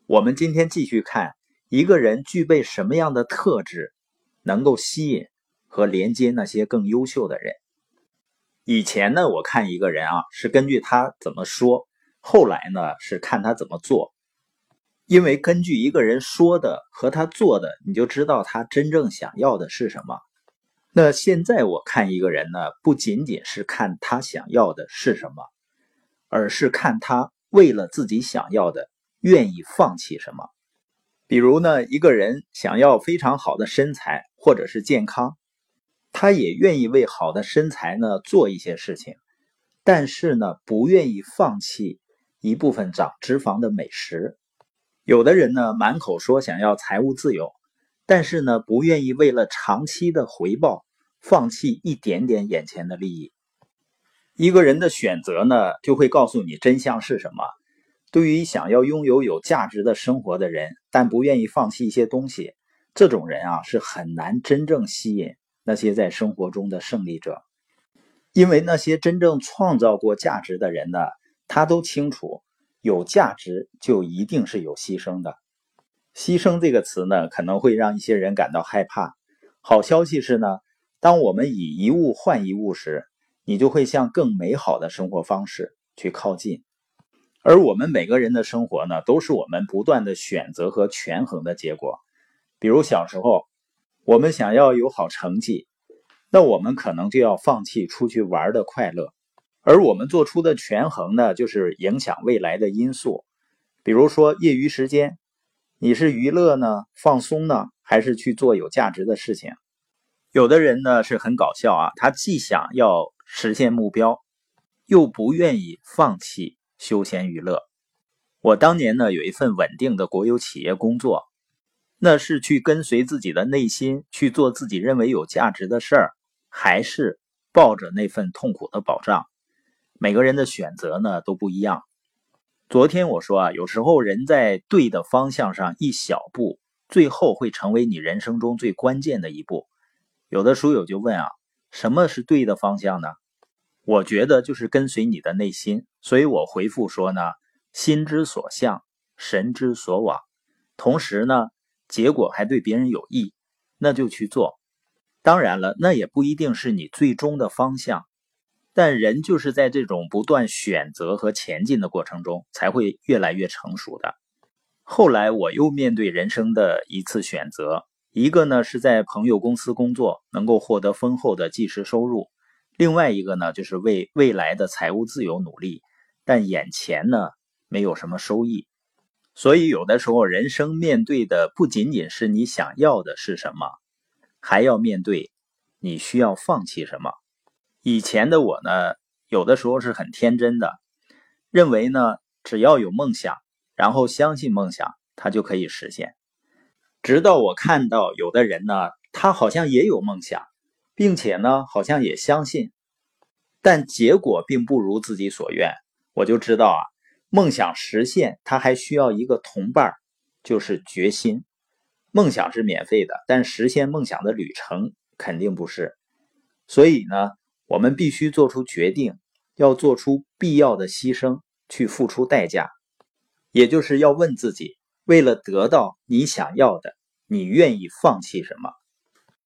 我们今天继续看一个人具备什么样的特质，能够吸引和连接那些更优秀的人。以前呢，我看一个人是根据他怎么说，后来呢是看他怎么做。因为根据一个人说的和他做的，你就知道他真正想要的是什么。那现在我看一个人呢，不仅仅是看他想要的是什么，而是看他为了自己想要的愿意放弃什么。比如呢，一个人想要非常好的身材或者是健康，他也愿意为好的身材呢做一些事情，但是呢不愿意放弃一部分长脂肪的美食。有的人呢满口说想要财务自由，但是呢不愿意为了长期的回报放弃一点点眼前的利益。一个人的选择呢就会告诉你真相是什么。对于想要拥有有价值的生活的人，但不愿意放弃一些东西，这种人是很难真正吸引那些在生活中的胜利者。因为那些真正创造过价值的人呢，他都清楚有价值就一定是有牺牲的。牺牲这个词呢，可能会让一些人感到害怕。好消息是呢，当我们以一物换一物时，你就会向更美好的生活方式去靠近。而我们每个人的生活呢，都是我们不断的选择和权衡的结果。比如小时候，我们想要有好成绩，那我们可能就要放弃出去玩的快乐。而我们做出的权衡呢，就是影响未来的因素。比如说业余时间，你是娱乐呢、放松呢，还是去做有价值的事情？有的人呢是很搞笑他既想要实现目标，又不愿意放弃休闲娱乐。我当年呢有一份稳定的国有企业工作，那是去跟随自己的内心去做自己认为有价值的事儿，还是抱着那份痛苦的保障？每个人的选择呢都不一样。昨天我说有时候人在对的方向上一小步，最后会成为你人生中最关键的一步。有的书友就问什么是对的方向呢？我觉得就是跟随你的内心，所以我回复说呢，心之所向，神之所往。同时呢，结果还对别人有益，那就去做。当然了，那也不一定是你最终的方向，但人就是在这种不断选择和前进的过程中，才会越来越成熟的。后来我又面对人生的一次选择，一个呢是在朋友公司工作，能够获得丰厚的即时收入。另外一个呢，就是为未来的财务自由努力，但眼前呢，没有什么收益。所以有的时候人生面对的不仅仅是你想要的是什么，还要面对你需要放弃什么。以前的我呢，有的时候是很天真的，认为呢，只要有梦想，然后相信梦想，它就可以实现。直到我看到有的人呢，他好像也有梦想，并且呢，好像也相信，但结果并不如自己所愿，我就知道梦想实现它还需要一个同伴，就是决心。梦想是免费的，但实现梦想的旅程肯定不是。所以呢，我们必须做出决定，要做出必要的牺牲，去付出代价。也就是要问自己，为了得到你想要的，你愿意放弃什么？